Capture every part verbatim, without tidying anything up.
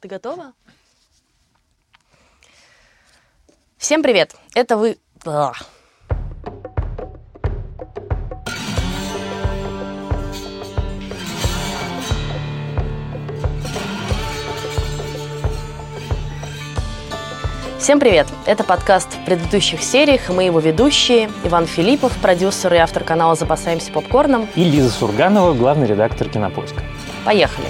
Ты готова? Всем привет! Это вы... А. Всем привет! Это подкаст в предыдущих сериях, и мы его ведущие. Иван Филиппов, продюсер и автор канала «Запасаемся попкорном». И Лиза Сурганова, главный редактор «Кинопоиска». Поехали!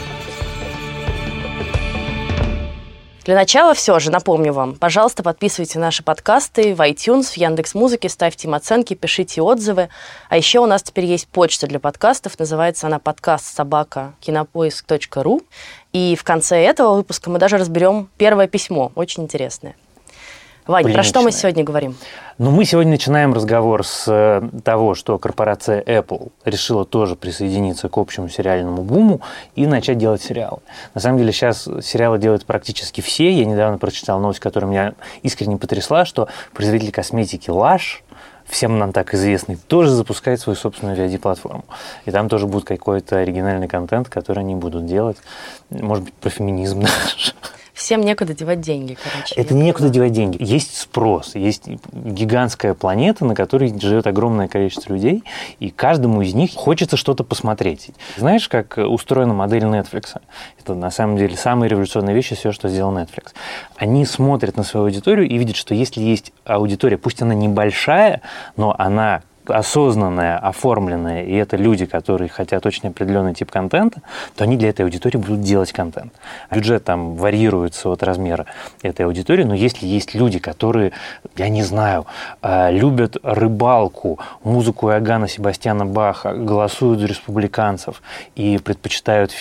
Для начала все же напомню вам, пожалуйста, подписывайте наши подкасты в iTunes, в Яндекс.Музыке, ставьте им оценки, пишите отзывы. А еще у нас теперь есть почта для подкастов, называется она подкаст собака кинопоиск точка ру. И в конце этого выпуска мы даже разберем первое письмо, очень интересное. Вань, Пленичное. Про что мы сегодня говорим? Ну, мы сегодня начинаем разговор с того, что корпорация Apple решила тоже присоединиться к общему сериальному буму и начать делать сериалы. На самом деле сейчас сериалы делают практически все. Я недавно прочитал новость, которая меня искренне потрясла, что производитель косметики Lush, всем нам так известный, тоже запускает свою собственную ви ай ди-платформу. И там тоже будет какой-то оригинальный контент, который они будут делать. Может быть, про феминизм даже. Всем некуда девать деньги, короче. Это не некуда девать деньги. Есть спрос, есть гигантская планета, на которой живет огромное количество людей, и каждому из них хочется что-то посмотреть. Знаешь, как устроена модель Netflix? Это на самом деле самая революционная вещь из всего, что сделал Netflix. Они смотрят на свою аудиторию и видят, что если есть аудитория, пусть она небольшая, но она осознанная, оформленная, и это люди, которые хотят очень определенный тип контента, то они для этой аудитории будут делать контент. Бюджет там варьируется от размера этой аудитории, но если есть люди, которые, я не знаю, любят рыбалку, музыку Иоганна Себастьяна Баха, голосуют за республиканцев и предпочитают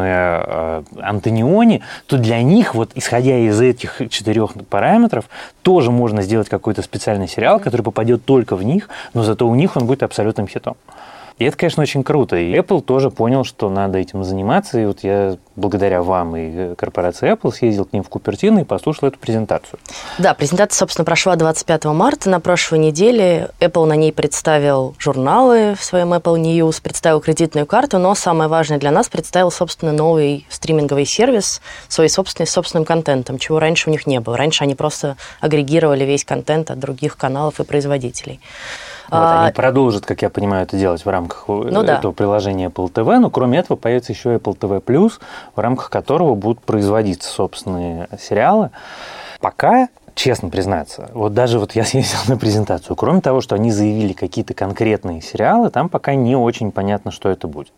фильмы Антониони, то для них, вот исходя из этих четырех параметров, тоже можно сделать какой-то специальный сериал, который попадет только в них, но зато у них он будет абсолютным хитом. И это, конечно, очень круто. И Apple тоже понял, что надо этим заниматься. И вот я благодаря вам и корпорации Apple съездил к ним в Купертино и послушал эту презентацию. Да, презентация, собственно, прошла двадцать пятого марта. На прошлой неделе Apple на ней представил журналы в своем Apple News, представил кредитную карту, но самое важное для нас, представил, собственно, новый стриминговый сервис, свой собственный, с собственным контентом, чего раньше у них не было. Раньше они просто агрегировали весь контент от других каналов и производителей. Вот, а, они продолжат, как я понимаю, это делать в рамках ну, этого да. приложения Apple ти ви, но кроме этого появится еще Apple ти ви плюс, в рамках которого будут производиться собственные сериалы. Пока, честно признаться, вот даже вот я съездил на презентацию, кроме того, что они заявили какие-то конкретные сериалы, там пока не очень понятно, что это будет.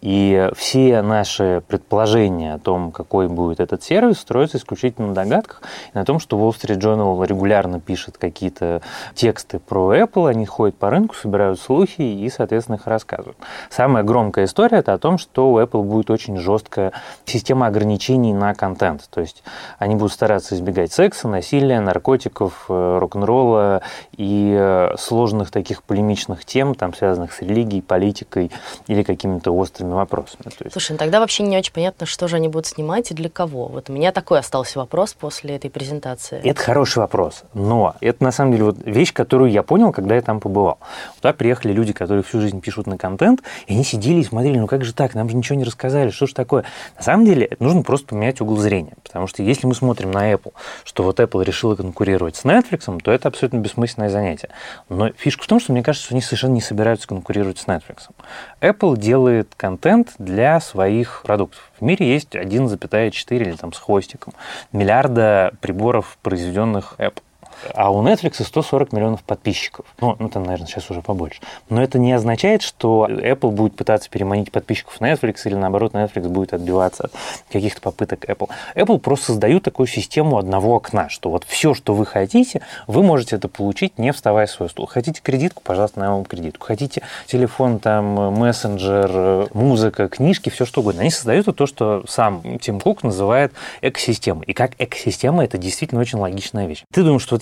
И все наши предположения о том, какой будет этот сервис, строятся исключительно на догадках и на том, что Wall Street Journal регулярно пишет какие-то тексты про Apple, они ходят по рынку, собирают слухи и, соответственно, их рассказывают. Самая громкая история – это о том, что у Apple будет очень жесткая система ограничений на контент. То есть они будут стараться избегать секса, насилия, наркотиков, рок-н-ролла и сложных таких полемичных тем, там, связанных с религией, политикой или какими-то острыми вопросами. То есть... Слушай, ну тогда вообще не очень понятно, что же они будут снимать и для кого. Вот у меня такой остался вопрос после этой презентации. Это хороший вопрос, но это на самом деле вот вещь, которую я понял, когда я там побывал. Туда приехали люди, которые всю жизнь пишут на контент, и они сидели и смотрели, ну как же так, нам же ничего не рассказали, что ж такое. На самом деле нужно просто поменять угол зрения, потому что если мы смотрим на Apple, что вот Apple решила конкурировать с Netflix, то это абсолютно бессмысленное занятие. Но фишка в том, что мне кажется, что они совершенно не собираются конкурировать с Netflix. Apple делает контент для своих продуктов. В мире есть один целых четыре или там с хвостиком миллиарда приборов, произведенных Apple. А у Netflix сто сорок миллионов подписчиков. Ну, ну, там, наверное, сейчас уже побольше. Но это не означает, что Apple будет пытаться переманить подписчиков в Netflix или, наоборот, Netflix будет отбиваться от каких-то попыток Apple. Apple просто создают такую систему одного окна, что вот все, что вы хотите, вы можете это получить, не вставая в свой стул. Хотите кредитку, пожалуйста, на вам кредитку. Хотите телефон, там, мессенджер, музыка, книжки, все что угодно. Они создают то, что сам Тим Кук называет экосистемой. И как экосистема это действительно очень логичная вещь. Ты думаешь, что вот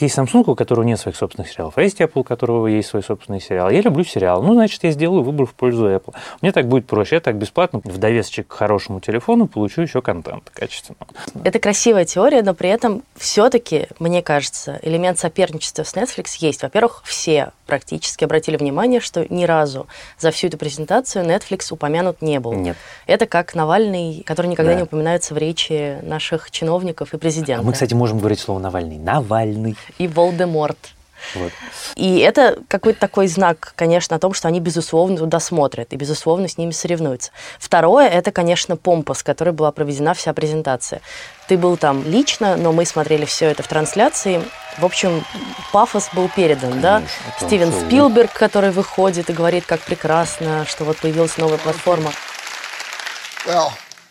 есть Samsung, у которого нет своих собственных сериалов, а есть Apple, у которого есть свой собственный сериал. Я люблю сериал. Ну, значит, я сделаю выбор в пользу Apple. Мне так будет проще. Я так бесплатно в довесочек к хорошему телефону получу еще контент качественного. Это красивая теория, но при этом все-таки, мне кажется, элемент соперничества с Netflix есть. Во-первых, все практически обратили внимание, что ни разу за всю эту презентацию Netflix упомянут не был. Нет. Это как Навальный, который никогда да. не упоминается в речи наших чиновников и президента. А мы, кстати, можем говорить слово Навальный. Навальный. И Волдеморт. Вот. И это какой-то такой знак, конечно, о том, что они, безусловно, туда смотрят и, безусловно, с ними соревнуются. Второе, это, конечно, помпа, с которой была проведена вся презентация. Ты был там лично, но мы смотрели все это в трансляции. В общем, пафос был передан, конечно, да? Стивен Спилберг, который выходит и говорит, как прекрасно, что вот появилась новая платформа. Well,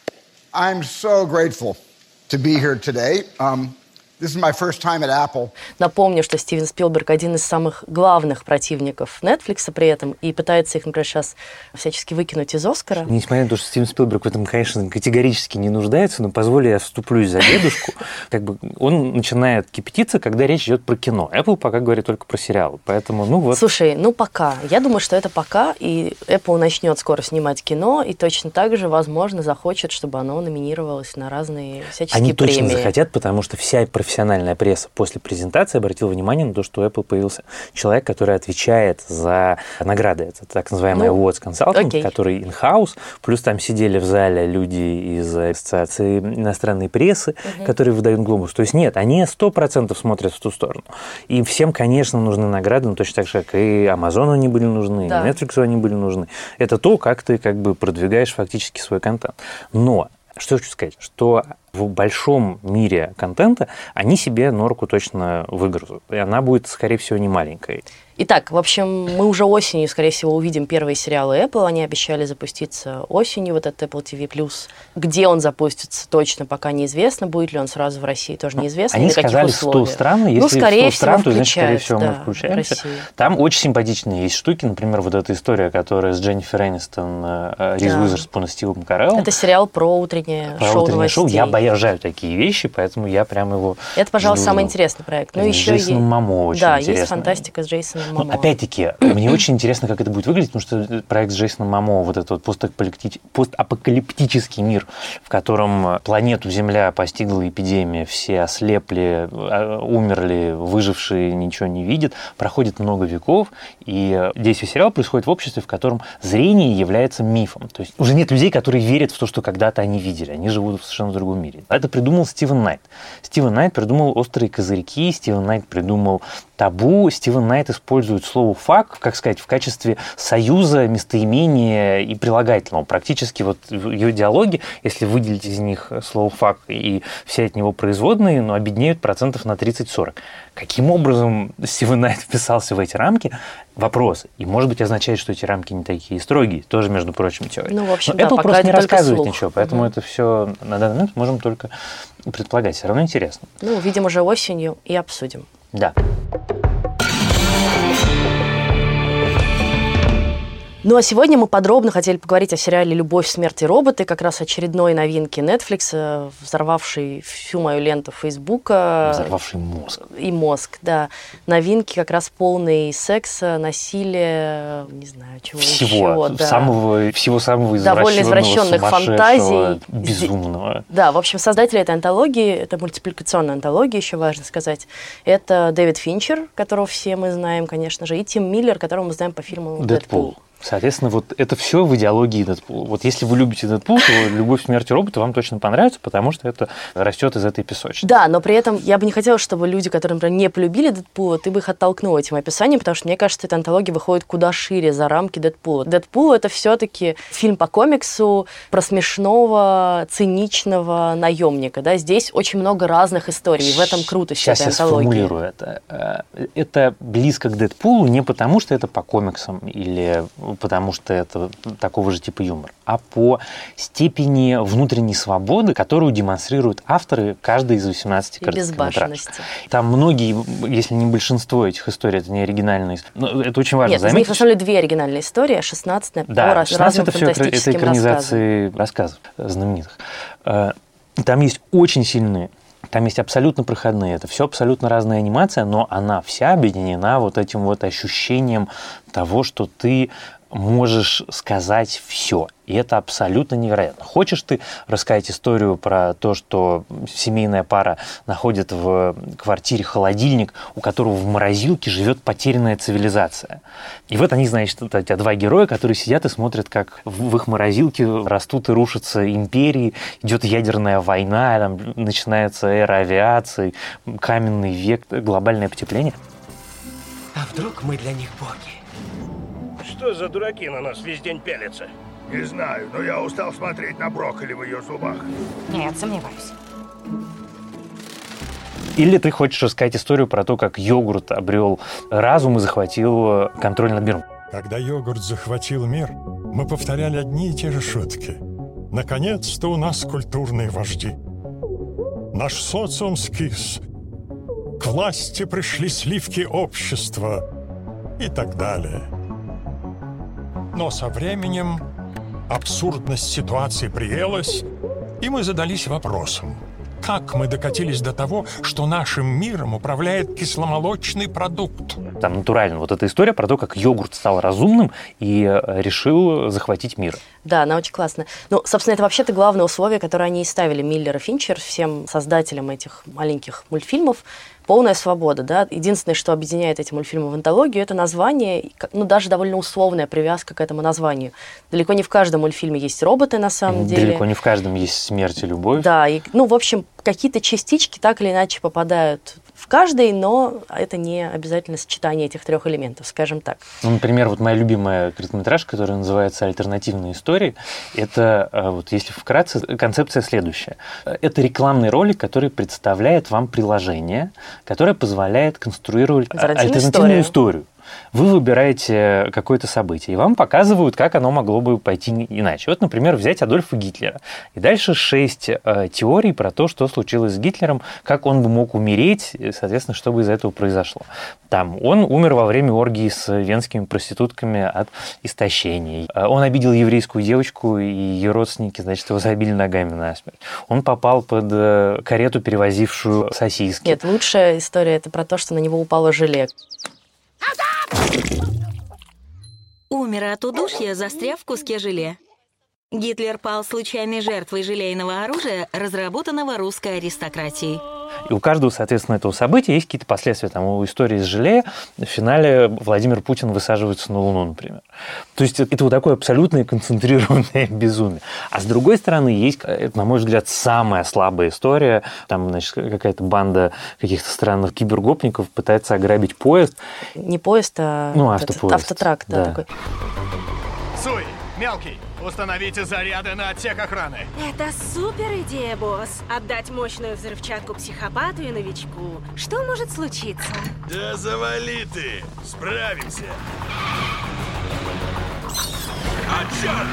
I'm so grateful to be here today. Um... This is my first time at Apple. Напомню, что Стивен Спилберг один из самых главных противников Netflix при этом и пытается их, например, сейчас всячески выкинуть из Оскара. Несмотря на то, что Стивен Спилберг в этом, конечно, категорически не нуждается, но позволь, я вступлюсь за дедушку. Как бы он начинает кипятиться, когда речь идет про кино. Apple пока говорит только про сериалы, поэтому, ну вот. Слушай, ну пока. Я думаю, что это пока, и Apple начнет скоро снимать кино, и точно так же, возможно, захочет, чтобы оно номинировалось на разные всяческие Они премии. Они точно захотят, потому что вся профессиональная пресса после презентации обратила внимание на то, что у Apple появился человек, который отвечает за награды. Это так называемый ну, Awards Consulting, окей. который in-house, плюс там сидели в зале люди из Ассоциации иностранной прессы, угу. которые выдают глобус. То есть нет, они сто процентов смотрят в ту сторону. И всем, конечно, нужны награды, но точно так же, как и Amazon они были нужны, да. и Netflix они были нужны. Это то, как ты как бы продвигаешь фактически свой контент. Но что я хочу сказать, что в большом мире контента они себе норку точно выгрызут. И она будет, скорее всего, не маленькой. Итак, в общем, мы уже осенью, скорее всего, увидим первые сериалы Apple. Они обещали запуститься осенью, вот этот Apple ти ви плюс. Где он запустится, точно пока неизвестно. Будет ли он сразу в России, тоже неизвестно. Они сказали сто стран, если ну, скорее сто стран, всего, то, значит, скорее всего, да, мы включаемся. Там очень симпатичные есть штуки. Например, вот эта история, которая с Дженнифер Энистон, Риз да. Уизерспун и Стивом Кареллом. Это сериал про утреннее про шоу утреннее новостей. Шоу. Я обожаю такие вещи, поэтому я прям его Это, пожалуй, жду. самый интересный проект. Ну, с еще Джейсоном есть... Момо очень да, интересно. есть фантастика с Джейсоном Момо. Ну, опять-таки, мне очень интересно, как это будет выглядеть, потому что проект с Джейсоном Момо, вот этот вот постапокалиптический, постапокалиптический мир, в котором планету Земля постигла эпидемия, все ослепли, умерли, выжившие ничего не видят, проходит много веков, и действие сериала происходит в обществе, в котором зрение является мифом. То есть уже нет людей, которые верят в то, что когда-то они видели, они живут в совершенно другом мире. Это придумал Стивен Найт. Стивен Найт придумал «Острые козырьки», Стивен Найт придумал «Табу», Стивен Найт использует слово «фак», как сказать, в качестве союза, местоимения и прилагательного. Практически вот в ее диалоге, если выделить из них слово «фак» и все от него производные, ну, обеднеют процентов на тридцать-сорок. Каким образом Стивен Найт вписался в эти рамки? Вопрос. И, может быть, означает, что эти рамки не такие строгие. Тоже, между прочим, теория. Ну, в общем, Но да, Apple просто не рассказывает слух. ничего, поэтому угу. это все на данный момент можем только предполагать. Все равно интересно. Ну, увидим уже осенью и обсудим. Да. Ну а сегодня мы подробно хотели поговорить о сериале «Любовь, смерть и роботы», как раз очередной новинки Netflix, взорвавшей всю мою ленту Фейсбука. Взорвавший мозг. И мозг, да. Новинки как раз полные секса, насилия, не знаю, чего всего, еще. Да. Самого, всего самого извращенного, довольно извращенных фантазий. Безумного. Да, в общем, создатели этой антологии, это мультипликационная антология, еще важно сказать, это Дэвид Финчер, которого все мы знаем, конечно же, и Тим Миллер, которого мы знаем по фильму «Дэдпул». «Дэдпул». Соответственно, вот это все в идеологии Дэдпула. Вот если вы любите Дэдпул, то «Любовь, смерть и роботы» вам точно понравится, потому что это растет из этой песочницы. Да, но при этом я бы не хотела, чтобы люди, которые, например, не полюбили Дэдпула, ты бы их оттолкнул этим описанием, потому что, мне кажется, эта антология выходит куда шире за рамки Дэдпула. Дэдпул — это все-таки фильм по комиксу про смешного, циничного наемника. Да? Здесь очень много разных историй, в этом крутость Сейчас этой я антологии. сформулирую это. Это близко к Дэдпулу не потому, что это по комиксам или потому что это такого же типа юмор, а по степени внутренней свободы, которую демонстрируют авторы каждой из восемнадцати короткометражек. Там многие, если не большинство этих историй, это не оригинальные. Но это очень важно Нет, заметить. из них, на самом деле, две оригинальные истории, а шестнадцать на да, по шестнадцать разным это все фантастическим это экранизации рассказов знаменитых. Там есть очень сильные Там есть абсолютно проходные, это все абсолютно разная анимация, но она вся объединена вот этим вот ощущением того, что ты можешь сказать все. И это абсолютно невероятно. Хочешь ты рассказать историю про то, что семейная пара находит в квартире холодильник, у которого в морозилке живет потерянная цивилизация. И вот они, значит, это у тебя два героя, которые сидят и смотрят, как в их морозилке растут и рушатся империи, идет ядерная война, там начинается эра авиации, каменный век, глобальное потепление. А вдруг мы для них боги? Что за дураки на нас весь день пялятся? Не знаю, но я устал смотреть на брокколи в ее зубах. Нет, сомневаюсь. Или ты хочешь рассказать историю про то, как йогурт обрел разум и захватил контроль над миром? Когда йогурт захватил мир, мы повторяли одни и те же шутки. Наконец-то у нас культурные вожди. Наш социум скис. К власти пришли сливки общества. И так далее. Но со временем абсурдность ситуации приелась, и мы задались вопросом, как мы докатились до того, что нашим миром управляет кисломолочный продукт. Там натурально вот эта история про то, как йогурт стал разумным и решил захватить мир. Да, она очень классная. Ну, собственно, это вообще-то главное условие, которое они и ставили, Миллер и Финчер, всем создателям этих маленьких мультфильмов. Полная свобода, да. Единственное, что объединяет эти мультфильмы в антологию, это название, ну, даже довольно условная привязка к этому названию. Далеко не в каждом мультфильме есть роботы, на самом деле. Далеко не в каждом есть смерть и любовь. Да, и, ну, в общем, какие-то частички так или иначе попадают в каждый, но это не обязательно сочетание этих трех элементов, скажем так. Ну, например, вот моя любимая короткометражка, которая называется «Альтернативные истории», это, вот если вкратце, концепция следующая. Это рекламный ролик, который представляет вам приложение, которое позволяет конструировать альтернативную историю. Вы выбираете какое-то событие, и вам показывают, как оно могло бы пойти иначе. Вот, например, взять Адольфа Гитлера. И дальше шесть э, теорий про то, что случилось с Гитлером, как он бы мог умереть, и, соответственно, что бы из этого произошло. Там он умер во время оргии с венскими проститутками от истощения. Он обидел еврейскую девочку, и ее родственники, значит, его забили ногами насмерть. Он попал под карету, перевозившую сосиски. Нет, лучшая история – это про то, что на него упало желе. Умер от удушья, застряв в куске желе. Гитлер пал случайной жертвой желейного оружия, разработанного русской аристократией. И у каждого, соответственно, этого события есть какие-то последствия. Там у истории с желе в финале Владимир Путин высаживается на Луну, например. То есть это вот такое абсолютное концентрированное безумие. А с другой стороны, есть, на мой взгляд, самая слабая история. Там, значит, какая-то банда каких-то странных кибергопников пытается ограбить поезд. Не поезд, а ну, автопоезд. Автотрак, да, да. такой. Суй, мелкий, установите заряды на отсек охраны. Это супер идея, босс. Отдать мощную взрывчатку психопату и новичку. Что может случиться? Да завали ты! Справимся! А, черт!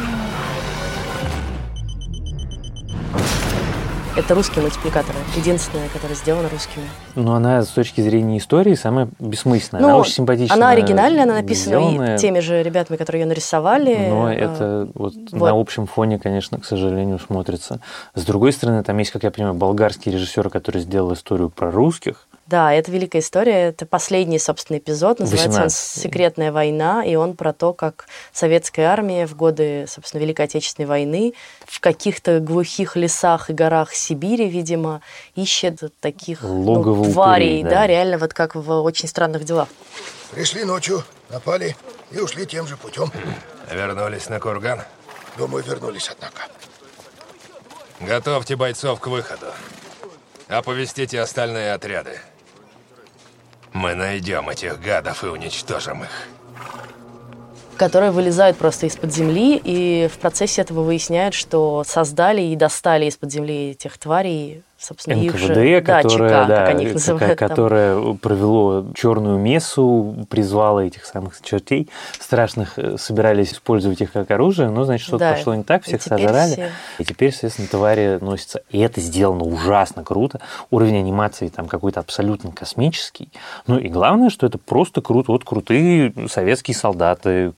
Это русские мультипликаторы. Единственная, которая сделана русскими. Но она с точки зрения истории самая бессмысленная. Ну, она очень симпатичная. Она оригинальная, она написана сделанная, теми же ребятами, которые ее нарисовали. Но это вот, вот на общем фоне, конечно, к сожалению, смотрится. С другой стороны, там есть, как я понимаю, болгарский режиссер, который сделал историю про русских. Да, это великая история. Это последний, собственно, эпизод. Называется он восемнадцать. «Секретная война». И он про то, как советская армия в годы, собственно, Великой Отечественной войны в каких-то глухих лесах и горах Сибири, видимо, ищет таких ну, тварей. Да. да, реально, вот как в «Очень странных делах». Пришли ночью, напали и ушли тем же путем. Вернулись на курган? Думаю, вернулись, однако. Готовьте бойцов к выходу. Оповестите остальные отряды. Мы найдем этих гадов и уничтожим их. Которые вылезают просто из-под земли, и в процессе этого выясняют, что создали и достали из-под земли этих тварей, собственно, эн ка вэ их дэ, же... которое, да, ЧК, да, как они их называют. Которое там. Провело черную мессу, призвало этих самых чертей страшных, собирались использовать их как оружие, но, значит, что-то да, пошло не так, всех сожрали. Все... И теперь, соответственно, твари носятся. И это сделано ужасно круто. Уровень анимации там какой-то абсолютно космический. Ну и главное, что это просто круто. Вот крутые советские солдаты.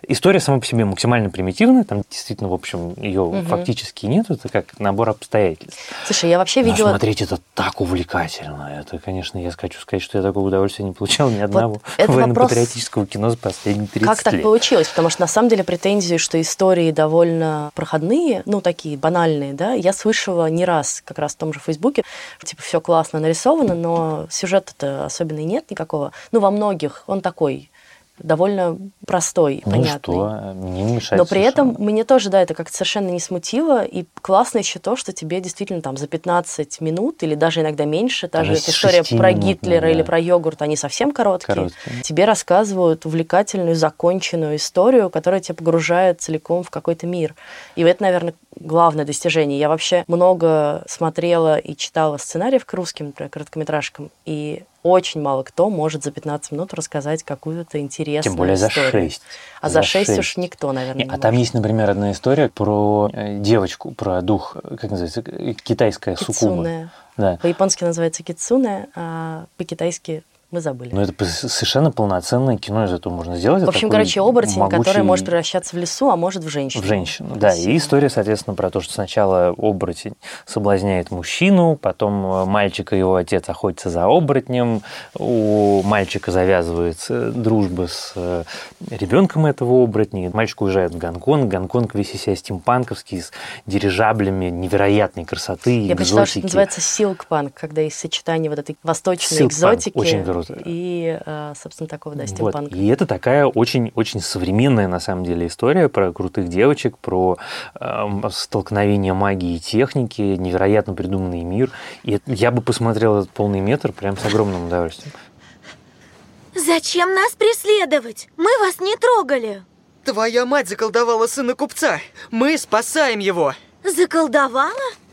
История сама по себе максимально примитивная, там действительно, в общем, ее угу. фактически нет, это как набор обстоятельств. Слушай, я вообще видела... Но смотреть это так увлекательно. Это, конечно, я хочу сказать, что я такого удовольствия не получал ни одного вот военно-патриотического вопрос... кино за последние тридцать лет. Как так получилось? Потому что, на самом деле, претензии, что истории довольно проходные, ну, такие банальные, да, я слышала не раз, как раз в том же Фейсбуке, что, типа, все классно нарисовано, но сюжета-то особенно и нет никакого. Ну, во многих он такой... довольно простой, ну понятный. Что? Мне не мешает Но при совершенно. этом мне тоже, да, это как-то совершенно не смутило. И классно еще то, что тебе действительно там за пятнадцать минут, или даже иногда меньше, та же эта история про Гитлера да. или про йогурт, они совсем короткие. короткие. Тебе рассказывают увлекательную, законченную историю, которая тебя погружает целиком в какой-то мир. И это, наверное, главное достижение. Я вообще много смотрела и читала сценариев к русским, например, короткометражкам, и очень мало кто может за пятнадцать минут рассказать какую-то интересную историю. Тем более за шесть. А за шесть уж никто, наверное, не А может. там есть, например, одна история про девочку, про дух, как называется, китайская суккуба. Да. По-японски называется кицуне, а по-китайски мы забыли. Ну, это совершенно полноценное кино из этого можно сделать. В общем, короче, оборотень, могучий... который может превращаться в лесу, а может в женщину. В женщину, да. И история, соответственно, про то, что сначала оборотень соблазняет мужчину, потом мальчик и его отец охотятся за оборотнем, у мальчика завязывается дружба с ребенком этого оборотня, мальчик уезжает в Гонконг, Гонконг весь из себя стимпанковский, с дирижаблями невероятной красоты, Я экзотики. прочитала, что это называется силкпанк, когда есть сочетание вот этой восточной Silk экзотики. Punk. Очень круто. И, собственно, такого, да, стимпанка. Вот. И это такая очень-очень современная, на самом деле, история про крутых девочек, про э, столкновение магии и техники, невероятно придуманный мир. И это, я бы посмотрел этот полный метр прям с огромным удовольствием. Зачем нас преследовать? Мы вас не трогали. Твоя мать заколдовала сына купца. Мы спасаем его. Заколдовала?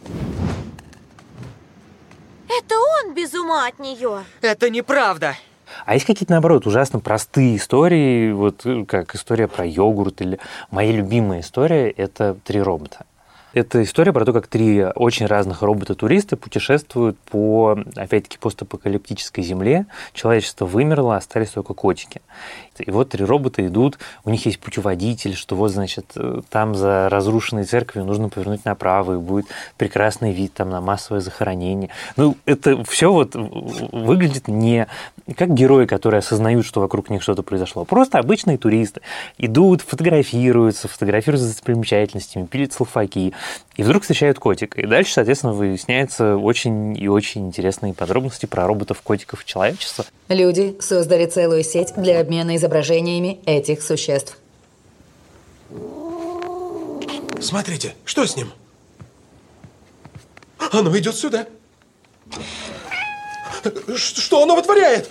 Это он без ума от нее. Это неправда. А есть какие-то, наоборот, ужасно простые истории, вот как история про йогурт, или моя любимая история – это «Три робота». Это история про то, как три очень разных робота-туриста путешествуют по, опять-таки, постапокалиптической земле. Человечество вымерло, остались только котики. И вот три робота идут, у них есть путеводитель, что вот, значит, там за разрушенной церковью нужно повернуть направо, и будет прекрасный вид там на массовое захоронение. Ну, это все вот выглядит не как герои, которые осознают, что вокруг них что-то произошло, а просто обычные туристы. Идут, фотографируются, фотографируются с достопримечательностями, пилят салфаки, и вдруг встречают котика. И дальше, соответственно, выясняются очень и очень интересные подробности про роботов, котиков и человечества. Люди создали целую сеть для обмена изображениями этих существ. Смотрите, что с ним? Оно идет сюда. Что оно вытворяет?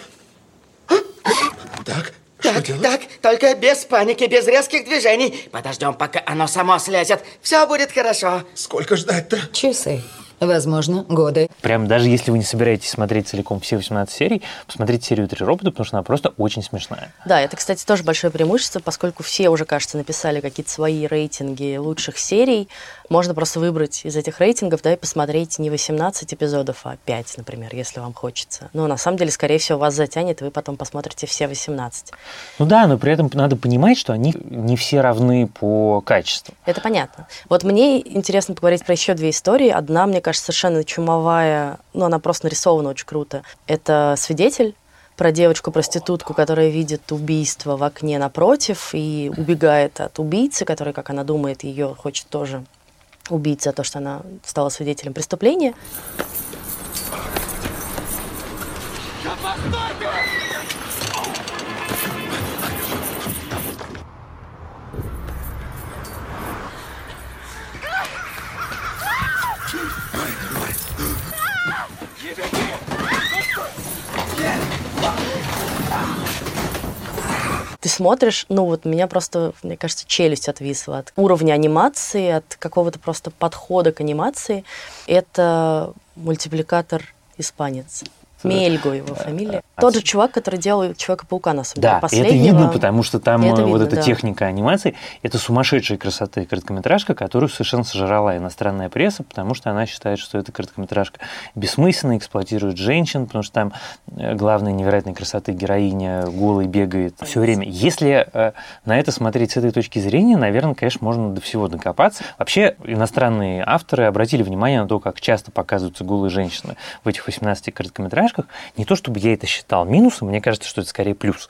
Так, так, что так, только без паники, без резких движений. Подождем, пока оно само слезет. Все будет хорошо. Сколько ждать-то? Часы. Возможно, годы. Прям даже если вы не собираетесь смотреть целиком все восемнадцать серий, посмотрите серию «Три робота», потому что она просто очень смешная. Да, это, кстати, тоже большое преимущество, поскольку все уже, кажется, написали какие-то свои рейтинги лучших серий. Можно просто выбрать из этих рейтингов, да, и посмотреть не восемнадцать эпизодов, а пять, например, если вам хочется. Но на самом деле, скорее всего, вас затянет, и вы потом посмотрите все восемнадцать. Ну да, но при этом надо понимать, что они не все равны по качеству. Это понятно. Вот мне интересно поговорить про еще две истории. Одна, мне кажется, совершенно чумовая, ну, она просто нарисована очень круто. Это «Свидетель», про девочку-проститутку, которая видит убийство в окне напротив и убегает от убийцы, который, как она думает, ее хочет тоже убить за то, что она стала свидетелем преступления. Ты смотришь, ну вот у меня просто, мне кажется, челюсть отвисла от уровня анимации, от какого-то просто подхода к анимации. Это мультипликатор «Испанец». Мельго его фамилия. А, Тот же чувак, который делал Человека-паука, на самом деле, да, последнего. это видно, потому что там это вот видно, эта да. техника анимации, это сумасшедшая красоты короткометражка, которую совершенно сожрала иностранная пресса, потому что она считает, что эта короткометражка бессмысленно, эксплуатирует женщин, потому что там главная невероятной красоты героиня голой бегает все время. Если э, на это смотреть с этой точки зрения, наверное, конечно, можно до всего докопаться. Вообще, иностранные авторы обратили внимание на то, как часто показываются голые женщины в этих восемнадцати короткометражках. Не то, чтобы я это считал минусом, мне кажется, что это скорее плюс.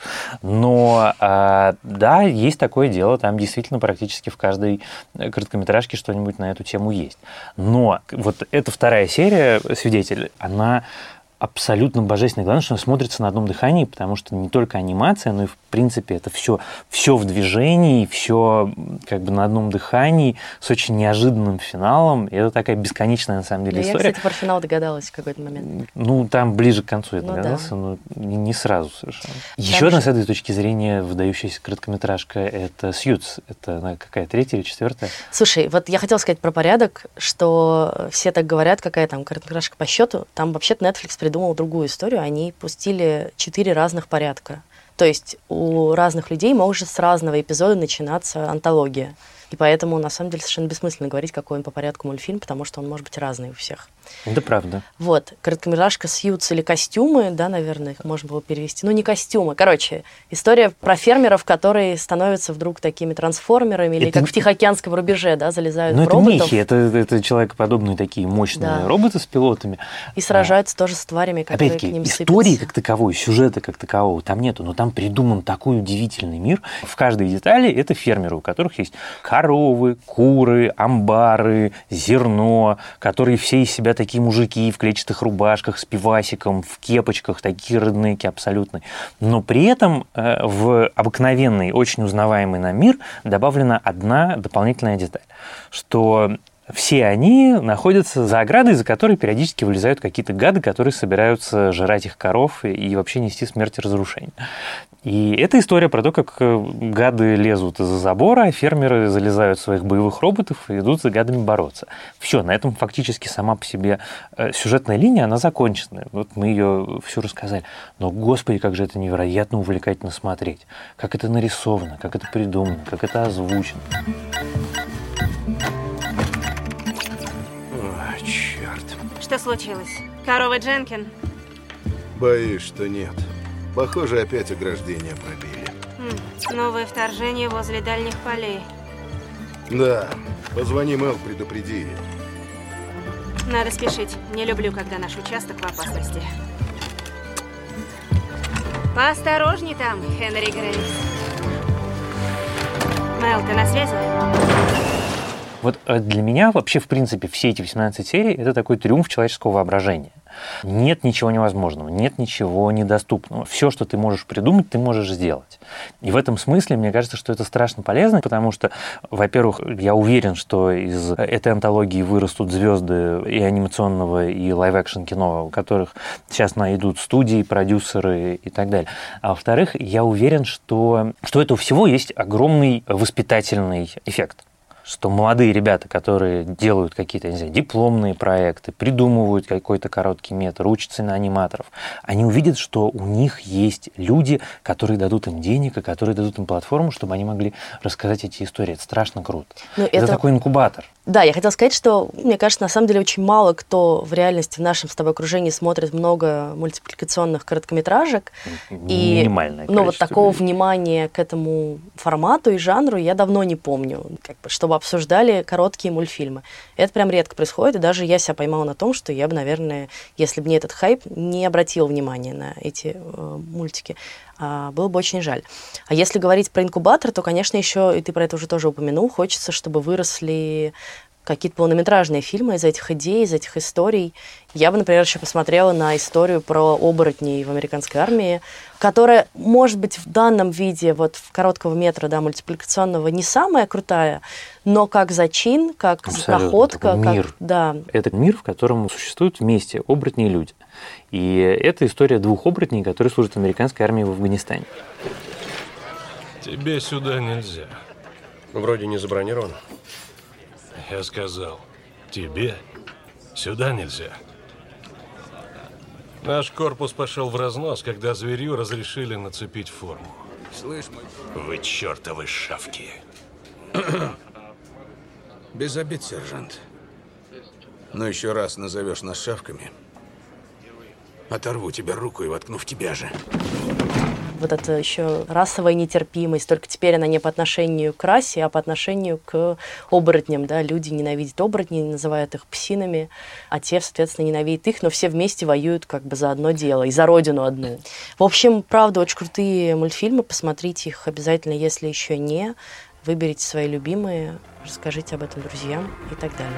Но э, да, есть такое дело, там действительно практически в каждой короткометражке что-нибудь на эту тему есть. Но вот эта вторая серия «Свидетель», она абсолютно божественно. Главное, что она смотрится на одном дыхании, потому что не только анимация, но и, в принципе, это все, все в движении, все как бы на одном дыхании, с очень неожиданным финалом. И это такая бесконечная, на самом деле, но история. Я, кстати, про финал догадалась в какой-то момент. Ну, там ближе к концу я ну, догадался, да. но не, не сразу совершенно. Там Еще одна же... с этой точки зрения выдающаяся короткометражка — это «Сьюз». Это она какая, третья или четвертая? Слушай, вот я хотела сказать про порядок, что все так говорят, какая там короткометражка по счету. Там вообще-то Netflix придумал другую историю. Они пустили четыре разных порядка. То есть у разных людей может с разного эпизода начинаться антология. И поэтому, на самом деле, совершенно бессмысленно говорить, какой он по порядку мультфильм, потому что он может быть разный у всех. Это правда. Вот. Короткометражка «Сьюз» или «Костюмы», да, наверное, их можно было перевести. Ну, не «Костюмы». Короче, история про фермеров, которые становятся вдруг такими трансформерами, или это... как в Тихоокеанском рубеже, да, залезают ну, в роботов. Это мехи, это, это человекоподобные такие мощные да. роботы с пилотами. И сражаются а... тоже с тварями, которые Опять-таки, к ним сыпятся. истории как таковой, сюжета как такового там нету, но там придуман такой удивительный мир. В каждой детали это фермеры, у которых есть коровы, куры, амбары, зерно, которые все из себя такие мужики в клетчатых рубашках, с пивасиком, в кепочках, такие реднеки абсолютно. Но при этом э, в обыкновенный, очень узнаваемый нам мир добавлена одна дополнительная деталь, что все они находятся за оградой, за которой периодически вылезают какие-то гады, которые собираются жрать их коров и вообще нести смерть и разрушение. И это история про то, как гады лезут из-за забора, а фермеры залезают в своих боевых роботов и идут за гадами бороться. Все, на этом фактически сама по себе сюжетная линия, она закончена. Вот мы ее все рассказали. Но, господи, как же это невероятно увлекательно смотреть. Как это нарисовано, как это придумано, как это озвучено. О, черт. Что случилось? Корова Дженкин? Боюсь, что нет. Похоже, опять ограждение пробили. Хм, новое вторжение возле дальних полей. Да, позвони Мэл, предупреди. Надо спешить. Не люблю, когда наш участок в опасности. Поосторожней там, Хенри Грейвс. Мэл, ты на связи? Вот для меня вообще, в принципе, все эти восемнадцать серий — это такой триумф человеческого воображения. Нет ничего невозможного, нет ничего недоступного. Все, что ты можешь придумать, ты можешь сделать. И в этом смысле, мне кажется, что это страшно полезно, потому что, во-первых, я уверен, что из этой антологии вырастут звезды и анимационного, и лайв-экшн кино, у которых сейчас найдут студии, продюсеры и так далее. А во-вторых, я уверен, что, что у этого всего есть огромный воспитательный эффект. Что молодые ребята, которые делают какие-то, не знаю, дипломные проекты, придумывают какой-то короткий метр, учатся на аниматоров, они увидят, что у них есть люди, которые дадут им денег и которые дадут им платформу, чтобы они могли рассказать эти истории. Это страшно круто. Ну, это... это такой инкубатор. Да, я хотела сказать, что, мне кажется, на самом деле очень мало кто в реальности в нашем с тобой окружении смотрит много мультипликационных короткометражек. Минимальное и, ну, вот такого людей. Внимания к этому формату и жанру я давно не помню, как бы, чтобы обсуждали короткие мультфильмы. Это прям редко происходит, и даже я себя поймала на том, что я бы, наверное, если бы не этот хайп, не обратила внимания на эти э, мультики. А, было бы очень жаль. А если говорить про инкубатор, то, конечно, еще, и ты про это уже тоже упомянул, хочется, чтобы выросли какие-то полнометражные фильмы из этих идей, из этих историй. Я бы, например, еще посмотрела на историю про оборотней в американской армии, которая, может быть, в данном виде, вот в короткого метра, да, мультипликационного, не самая крутая, но как зачин, как абсолютно, находка. Мир. Как, да. Это мир, в котором существуют вместе оборотни и люди. И это история двух оборотней, которые служат в американской армии в Афганистане. Тебе сюда нельзя. Вроде не забронировано. Я сказал, тебе сюда нельзя. Наш корпус пошел в разнос, когда зверю разрешили нацепить форму. Слышь, мой... Вы чертовы шавки. Без обид, сержант. Но еще раз назовешь нас шавками, оторву тебе руку и воткну в тебя же. Вот это еще расовая нетерпимость, только теперь она не по отношению к расе, а по отношению к оборотням. Да? Люди ненавидят оборотней, называют их псинами, а те, соответственно, ненавидят их, но все вместе воюют как бы за одно дело и за родину одну. В общем, правда, очень крутые мультфильмы, посмотрите их обязательно, если еще не. Выберите свои любимые, расскажите об этом друзьям и так далее.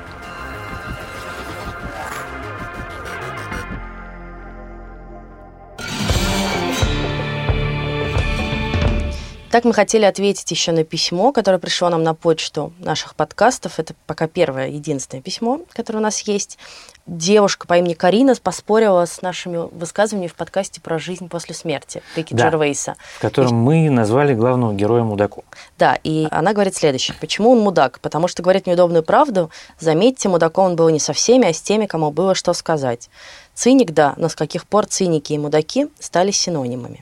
Так мы хотели ответить еще на письмо, которое пришло нам на почту наших подкастов. Это пока первое, единственное письмо, которое у нас есть. Девушка по имени Карина поспорила с нашими высказываниями в подкасте про жизнь после смерти Рики да, Джервейса. В котором и... мы назвали главного героя мудаком. Да, и она говорит следующее. Почему он мудак? Потому что говорит неудобную правду. Заметьте, мудаком он был не со всеми, а с теми, кому было что сказать. Циник, да, но с каких пор циники и мудаки стали синонимами?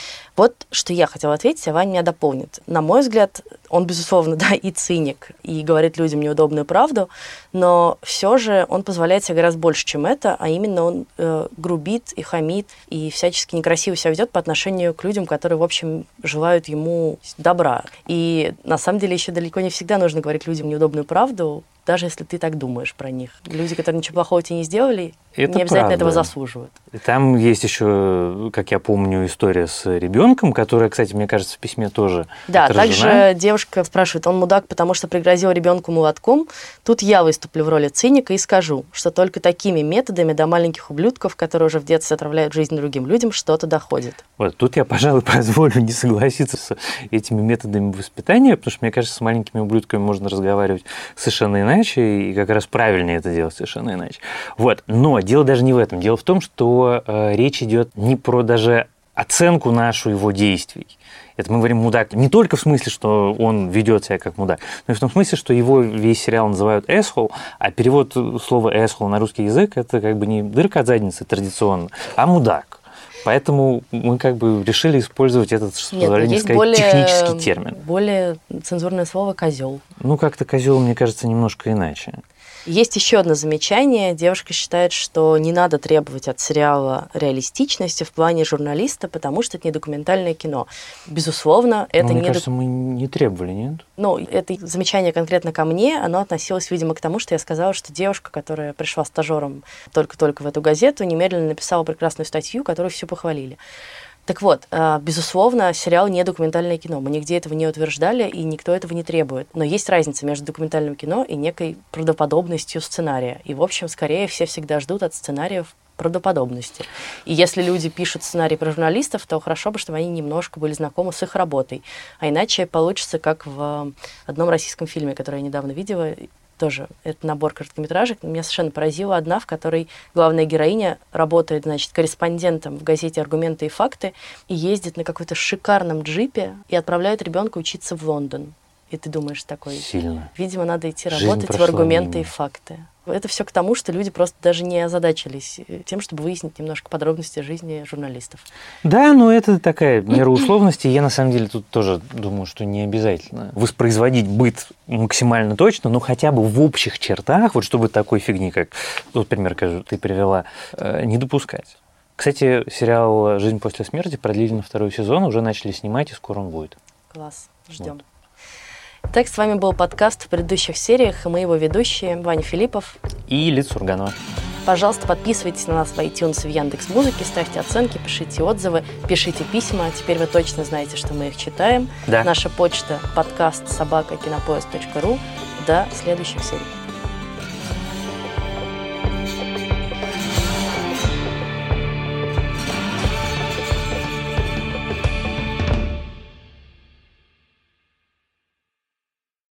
Вот что я хотела ответить, а Ваня меня дополнит. На мой взгляд, он, безусловно, да, и циник, и говорит людям неудобную правду, но все же он позволяет себе гораздо больше, чем это, а именно он э, грубит и хамит, и всячески некрасиво себя ведет по отношению к людям, которые, в общем, желают ему добра. И на самом деле еще далеко не всегда нужно говорить людям неудобную правду, даже если ты так думаешь про них. Люди, которые ничего плохого тебе не сделали, это не обязательно правда. Этого заслуживают. Там есть еще, как я помню, история с ребенком, которая, кстати, мне кажется, в письме тоже Да, отражена. Также девушка спрашивает, он мудак, потому что пригрозил ребенку молотком. Тут я выступлю в роли циника и скажу, что только такими методами до маленьких ублюдков, которые уже в детстве отравляют жизнь другим людям, что-то доходит. Вот тут я, пожалуй, позволю не согласиться с этими методами воспитания, потому что, мне кажется, с маленькими ублюдками можно разговаривать совершенно иначе, и как раз правильнее это делать совершенно иначе. Вот. Но дело даже не в этом. Дело в том, что э, речь идет не про даже оценку нашу его действий. Это мы говорим мудак не только в смысле, что он ведет себя как мудак, но и в том смысле, что его весь сериал называют asshole, а перевод слова asshole на русский язык это как бы не дырка от задницы традиционно, а мудак. Поэтому мы как бы решили использовать этот, с позволения сказать, более, технический термин. Более цензурное слово «козел». Ну, как-то козел, мне кажется, немножко иначе. Есть еще одно замечание. Девушка считает, что не надо требовать от сериала реалистичности в плане журналиста, потому что это не документальное кино. Безусловно, это Но, не... Мне кажется, мы не требовали, нет? Ну, это замечание конкретно ко мне, оно относилось, видимо, к тому, что я сказала, что девушка, которая пришла стажером только-только в эту газету, немедленно написала прекрасную статью, которую все похвалили. Так вот, безусловно, сериал не документальное кино. Мы нигде этого не утверждали, и никто этого не требует. Но есть разница между документальным кино и некой правдоподобностью сценария. И, в общем, скорее все всегда ждут от сценариев правдоподобности. И если люди пишут сценарий про журналистов, то хорошо бы, чтобы они немножко были знакомы с их работой. А иначе получится, как в одном российском фильме, который я недавно видела, тоже это набор короткометражек. Меня совершенно поразила одна, в которой главная героиня работает, значит, корреспондентом в газете «Аргументы и факты» и ездит на какой-то шикарном джипе и отправляет ребенка учиться в Лондон. И ты думаешь такой, сильно. Видимо, надо идти Жизнь работать в «Аргументы и факты». Это все к тому, что люди просто даже не озадачились тем, чтобы выяснить немножко подробности жизни журналистов. Да, но это такая мера условности. Я, на самом деле, тут тоже думаю, что не обязательно воспроизводить быт максимально точно, но хотя бы в общих чертах, вот чтобы такой фигни, как тот пример, который ты привела, не допускать. Кстати, сериал «Жизнь после смерти» продлили на второй сезон, уже начали снимать, и скоро он будет. Класс, ждем. Вот. Так, с вами был подкаст в предыдущих сериях, и мы его ведущие Ваня Филиппов и Лиз Сурганова. Пожалуйста, подписывайтесь на нас в iTunes и в Яндекс.Музыке, ставьте оценки, пишите отзывы, пишите письма. Теперь вы точно знаете, что мы их читаем. Да. Наша почта подкаст собака кинопоиск точка ру. До следующих серий.